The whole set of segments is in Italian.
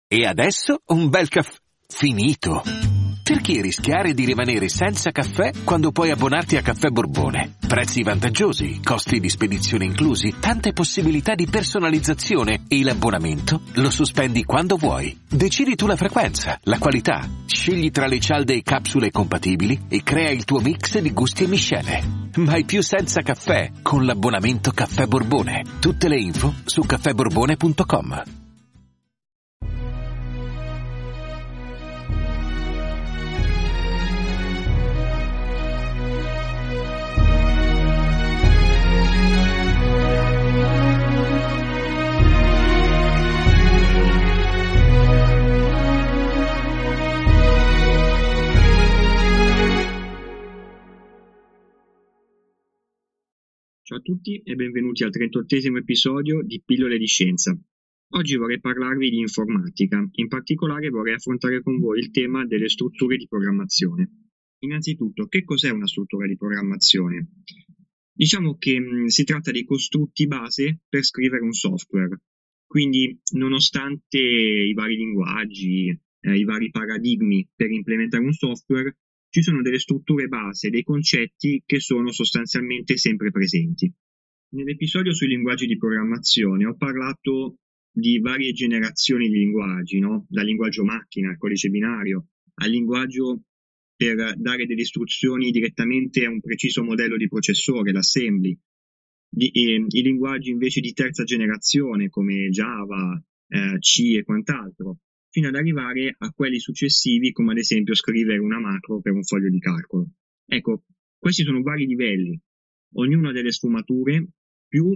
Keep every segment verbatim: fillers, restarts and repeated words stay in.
E adesso un bel caffè finito. Perché rischiare di rimanere senza caffè quando puoi abbonarti a Caffè Borbone? Prezzi vantaggiosi, costi di spedizione inclusi, tante possibilità di personalizzazione e l'abbonamento lo sospendi quando vuoi. Decidi tu la frequenza, la qualità, scegli tra le cialde e capsule compatibili e crea il tuo mix di gusti e miscele. Mai più senza caffè con l'abbonamento Caffè Borbone. Tutte le info su caffè borbone punto com. Ciao a tutti e benvenuti al trentottesimo episodio di Pillole di Scienza. Oggi vorrei parlarvi di informatica, in particolare vorrei affrontare con voi il tema delle strutture di programmazione. Innanzitutto, che cos'è una struttura di programmazione? Diciamo che mh, si tratta dei costrutti base per scrivere un software, quindi nonostante i vari linguaggi, eh, i vari paradigmi per implementare un software, ci sono delle strutture base, dei concetti che sono sostanzialmente sempre presenti. Nell'episodio sui linguaggi di programmazione ho parlato di varie generazioni di linguaggi, no? Dal linguaggio macchina, al codice binario, al linguaggio per dare delle istruzioni direttamente a un preciso modello di processore, l'assembly, di, eh, i linguaggi invece di terza generazione come Java, eh, C e quant'altro, fino ad arrivare a quelli successivi come ad esempio scrivere una macro per un foglio di calcolo. Ecco, questi sono vari livelli, ognuno ha delle sfumature, più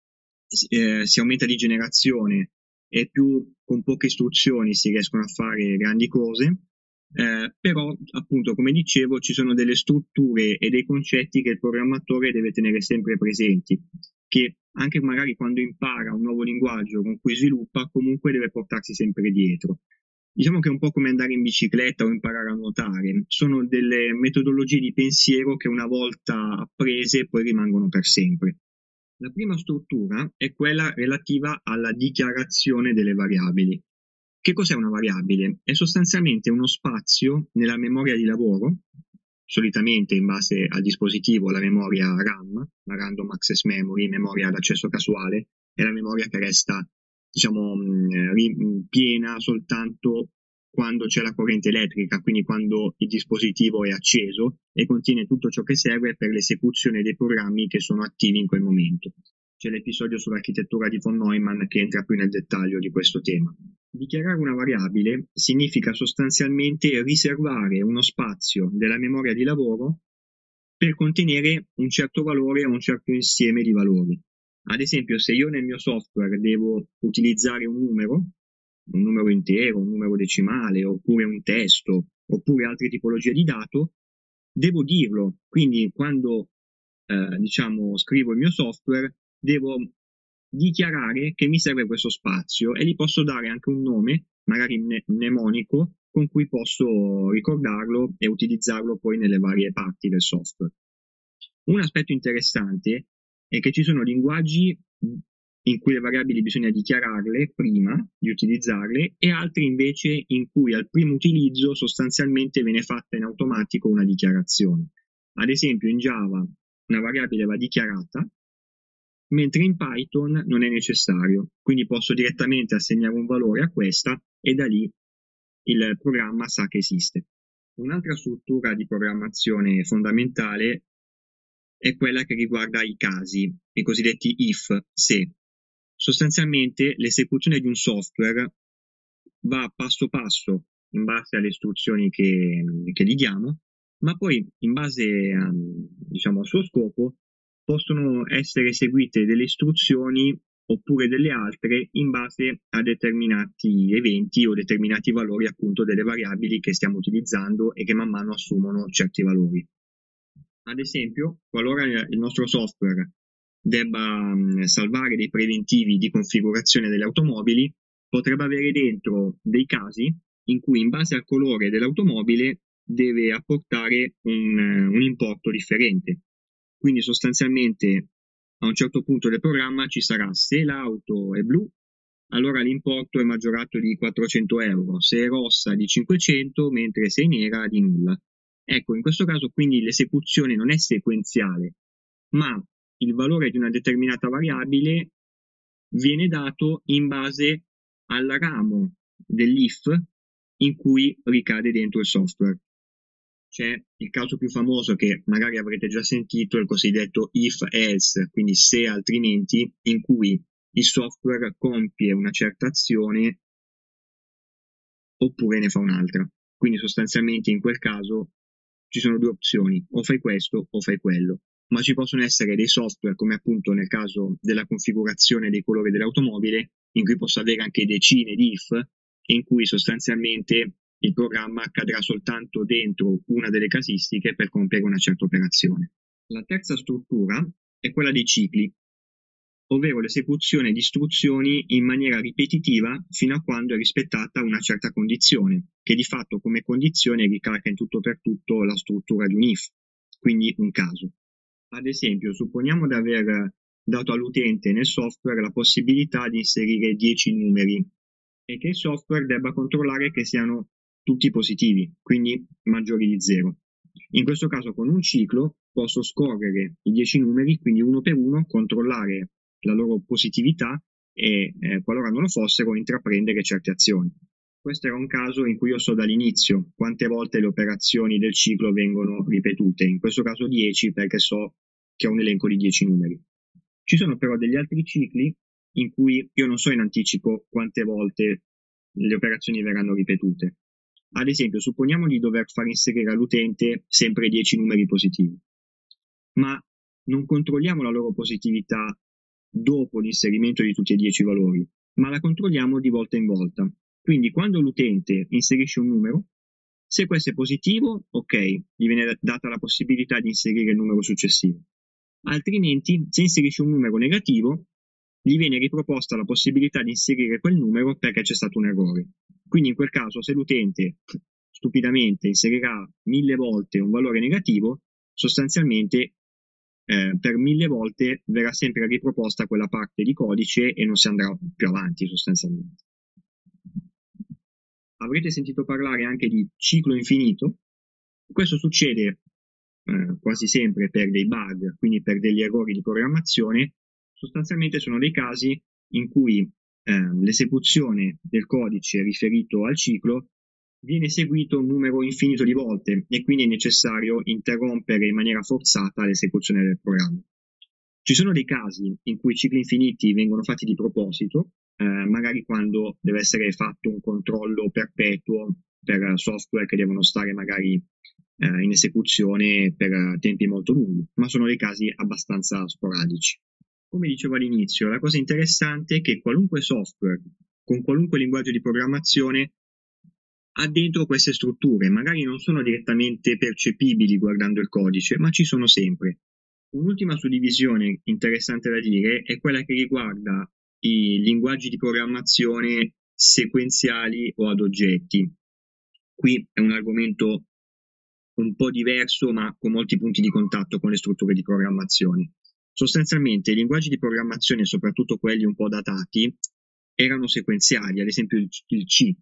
eh, si aumenta di generazione e più con poche istruzioni si riescono a fare grandi cose, eh, però appunto come dicevo ci sono delle strutture e dei concetti che il programmatore deve tenere sempre presenti, che anche magari quando impara un nuovo linguaggio con cui sviluppa comunque deve portarsi sempre dietro. Diciamo che è un po' come andare in bicicletta o imparare a nuotare, sono delle metodologie di pensiero che una volta apprese poi rimangono per sempre. La prima struttura è quella relativa alla dichiarazione delle variabili. Che cos'è una variabile? È sostanzialmente uno spazio nella memoria di lavoro, solitamente in base al dispositivo la memoria RAM, la Random Access Memory, memoria ad accesso casuale, è la memoria che resta diciamo piena soltanto quando c'è la corrente elettrica, quindi quando il dispositivo è acceso e contiene tutto ciò che serve per l'esecuzione dei programmi che sono attivi in quel momento. C'è l'episodio sull'architettura di von Neumann che entra più nel dettaglio di questo tema. Dichiarare una variabile significa sostanzialmente riservare uno spazio della memoria di lavoro per contenere un certo valore o un certo insieme di valori. Ad esempio, se io nel mio software devo utilizzare un numero, un numero intero, un numero decimale, oppure un testo, oppure altre tipologie di dato, devo dirlo. Quindi quando eh, diciamo scrivo il mio software, devo dichiarare che mi serve questo spazio e gli posso dare anche un nome, magari mne- mnemonico, con cui posso ricordarlo e utilizzarlo poi nelle varie parti del software. Un aspetto interessante è che ci sono linguaggi in cui le variabili bisogna dichiararle prima di utilizzarle e altri invece in cui al primo utilizzo sostanzialmente viene fatta in automatico una dichiarazione. Ad esempio in Java una variabile va dichiarata, mentre in Python non è necessario, quindi posso direttamente assegnare un valore a questa e da lì il programma sa che esiste. Un'altra struttura di programmazione fondamentale è quella che riguarda i casi, i cosiddetti if, se. Sostanzialmente l'esecuzione di un software va passo passo in base alle istruzioni che, che gli diamo, ma poi in base a, diciamo, al suo scopo possono essere eseguite delle istruzioni oppure delle altre in base a determinati eventi o determinati valori appunto delle variabili che stiamo utilizzando e che man mano assumono certi valori. Ad esempio, qualora il nostro software debba mh, salvare dei preventivi di configurazione delle automobili, potrebbe avere dentro dei casi in cui in base al colore dell'automobile deve apportare un, un importo differente. Quindi sostanzialmente a un certo punto del programma ci sarà, se l'auto è blu, allora l'importo è maggiorato di quattrocento euro, se è rossa di cinquecento, mentre se è nera di nulla. Ecco, in questo caso quindi l'esecuzione non è sequenziale, ma il valore di una determinata variabile viene dato in base al ramo dell'if in cui ricade dentro il software. C'è il caso più famoso che magari avrete già sentito, il cosiddetto if else, quindi se altrimenti, in cui il software compie una certa azione oppure ne fa un'altra. Quindi sostanzialmente in quel caso ci sono due opzioni, o fai questo o fai quello. Ma ci possono essere dei software, come appunto nel caso della configurazione dei colori dell'automobile, in cui posso avere anche decine di if, in cui sostanzialmente il programma cadrà soltanto dentro una delle casistiche per compiere una certa operazione. La terza struttura è quella dei cicli, ovvero l'esecuzione di istruzioni in maniera ripetitiva fino a quando è rispettata una certa condizione, che di fatto come condizione ricalca in tutto per tutto la struttura di un if, quindi un caso. Ad esempio, supponiamo di aver dato all'utente nel software la possibilità di inserire dieci numeri e che il software debba controllare che siano tutti positivi, quindi maggiori di zero. In questo caso con un ciclo posso scorrere i dieci numeri, quindi uno per uno controllare la loro positività e eh, qualora non lo fossero intraprendere certe azioni. Questo era un caso in cui io so dall'inizio quante volte le operazioni del ciclo vengono ripetute, in questo caso dieci perché so che ho un elenco di dieci numeri. Ci sono però degli altri cicli in cui io non so in anticipo quante volte le operazioni verranno ripetute. Ad esempio, supponiamo di dover far inserire all'utente sempre dieci numeri positivi, ma non controlliamo la loro positività dopo l'inserimento di tutti e dieci valori, ma la controlliamo di volta in volta. Quindi quando l'utente inserisce un numero, se questo è positivo, ok, gli viene data la possibilità di inserire il numero successivo. Altrimenti, se inserisce un numero negativo, gli viene riproposta la possibilità di inserire quel numero perché c'è stato un errore. Quindi in quel caso, se l'utente stupidamente inserirà mille volte un valore negativo, sostanzialmente eh, per mille volte verrà sempre riproposta quella parte di codice e non si andrà più avanti sostanzialmente. Avrete sentito parlare anche di ciclo infinito. Questo succede eh, quasi sempre per dei bug, quindi per degli errori di programmazione. Sostanzialmente sono dei casi in cui eh, l'esecuzione del codice riferito al ciclo viene eseguito un numero infinito di volte e quindi è necessario interrompere in maniera forzata l'esecuzione del programma. Ci sono dei casi in cui i cicli infiniti vengono fatti di proposito, eh, magari quando deve essere fatto un controllo perpetuo per software che devono stare magari eh, in esecuzione per tempi molto lunghi, ma sono dei casi abbastanza sporadici. Come dicevo all'inizio, la cosa interessante è che qualunque software, con qualunque linguaggio di programmazione, ha dentro queste strutture, magari non sono direttamente percepibili guardando il codice, ma ci sono sempre. Un'ultima suddivisione interessante da dire è quella che riguarda i linguaggi di programmazione sequenziali o ad oggetti. Qui è un argomento un po' diverso, ma con molti punti di contatto con le strutture di programmazione. Sostanzialmente i linguaggi di programmazione, soprattutto quelli un po' datati, erano sequenziali, ad esempio il, il C,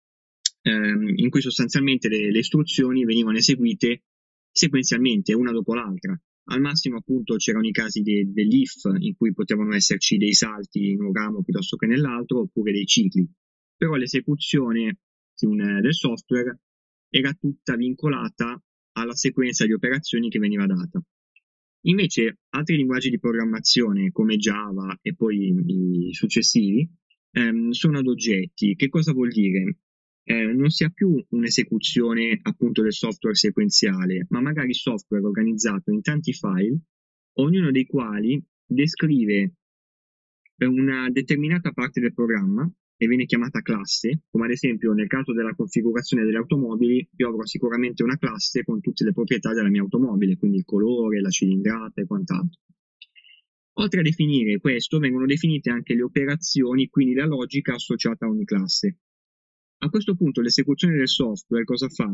ehm, in cui sostanzialmente le, le istruzioni venivano eseguite sequenzialmente, una dopo l'altra. Al massimo appunto c'erano i casi de, dell'if, in cui potevano esserci dei salti in un ramo piuttosto che nell'altro, oppure dei cicli. Però l'esecuzione di un, del software era tutta vincolata alla sequenza di operazioni che veniva data. Invece altri linguaggi di programmazione come Java e poi i successivi ehm, sono ad oggetti. Che cosa vuol dire? Eh, non si ha più un'esecuzione appunto del software sequenziale, ma magari software organizzato in tanti file, ognuno dei quali descrive una determinata parte del programma e viene chiamata classe, come ad esempio nel caso della configurazione delle automobili io avrò sicuramente una classe con tutte le proprietà della mia automobile, quindi il colore, la cilindrata e quant'altro. Oltre a definire questo vengono definite anche le operazioni, quindi la logica associata a ogni classe. A questo punto l'esecuzione del software cosa fa?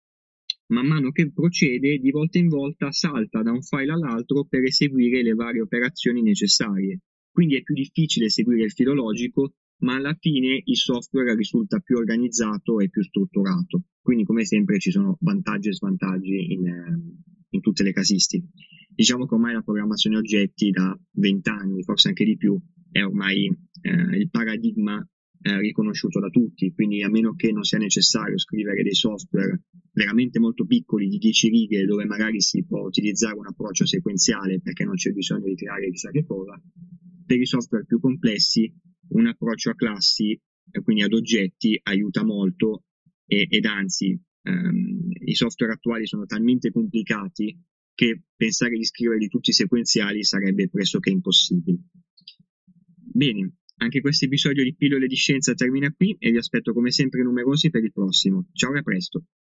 Man mano che procede, di volta in volta salta da un file all'altro per eseguire le varie operazioni necessarie. Quindi è più difficile eseguire il filo logico ma alla fine il software risulta più organizzato e più strutturato. Quindi, come sempre, ci sono vantaggi e svantaggi in, in tutte le casistiche. Diciamo che ormai la programmazione oggetti da vent'anni, forse anche di più, è ormai eh, il paradigma eh, riconosciuto da tutti, quindi a meno che non sia necessario scrivere dei software veramente molto piccoli di dieci righe dove magari si può utilizzare un approccio sequenziale perché non c'è bisogno di creare chissà che cosa, per i software più complessi un approccio a classi, eh, quindi ad oggetti, aiuta molto e, ed anzi ehm, i software attuali sono talmente complicati che pensare di scriverli tutti sequenziali sarebbe pressoché impossibile. Bene, anche questo episodio di Pillole di Scienza termina qui e vi aspetto come sempre numerosi per il prossimo. Ciao e a presto!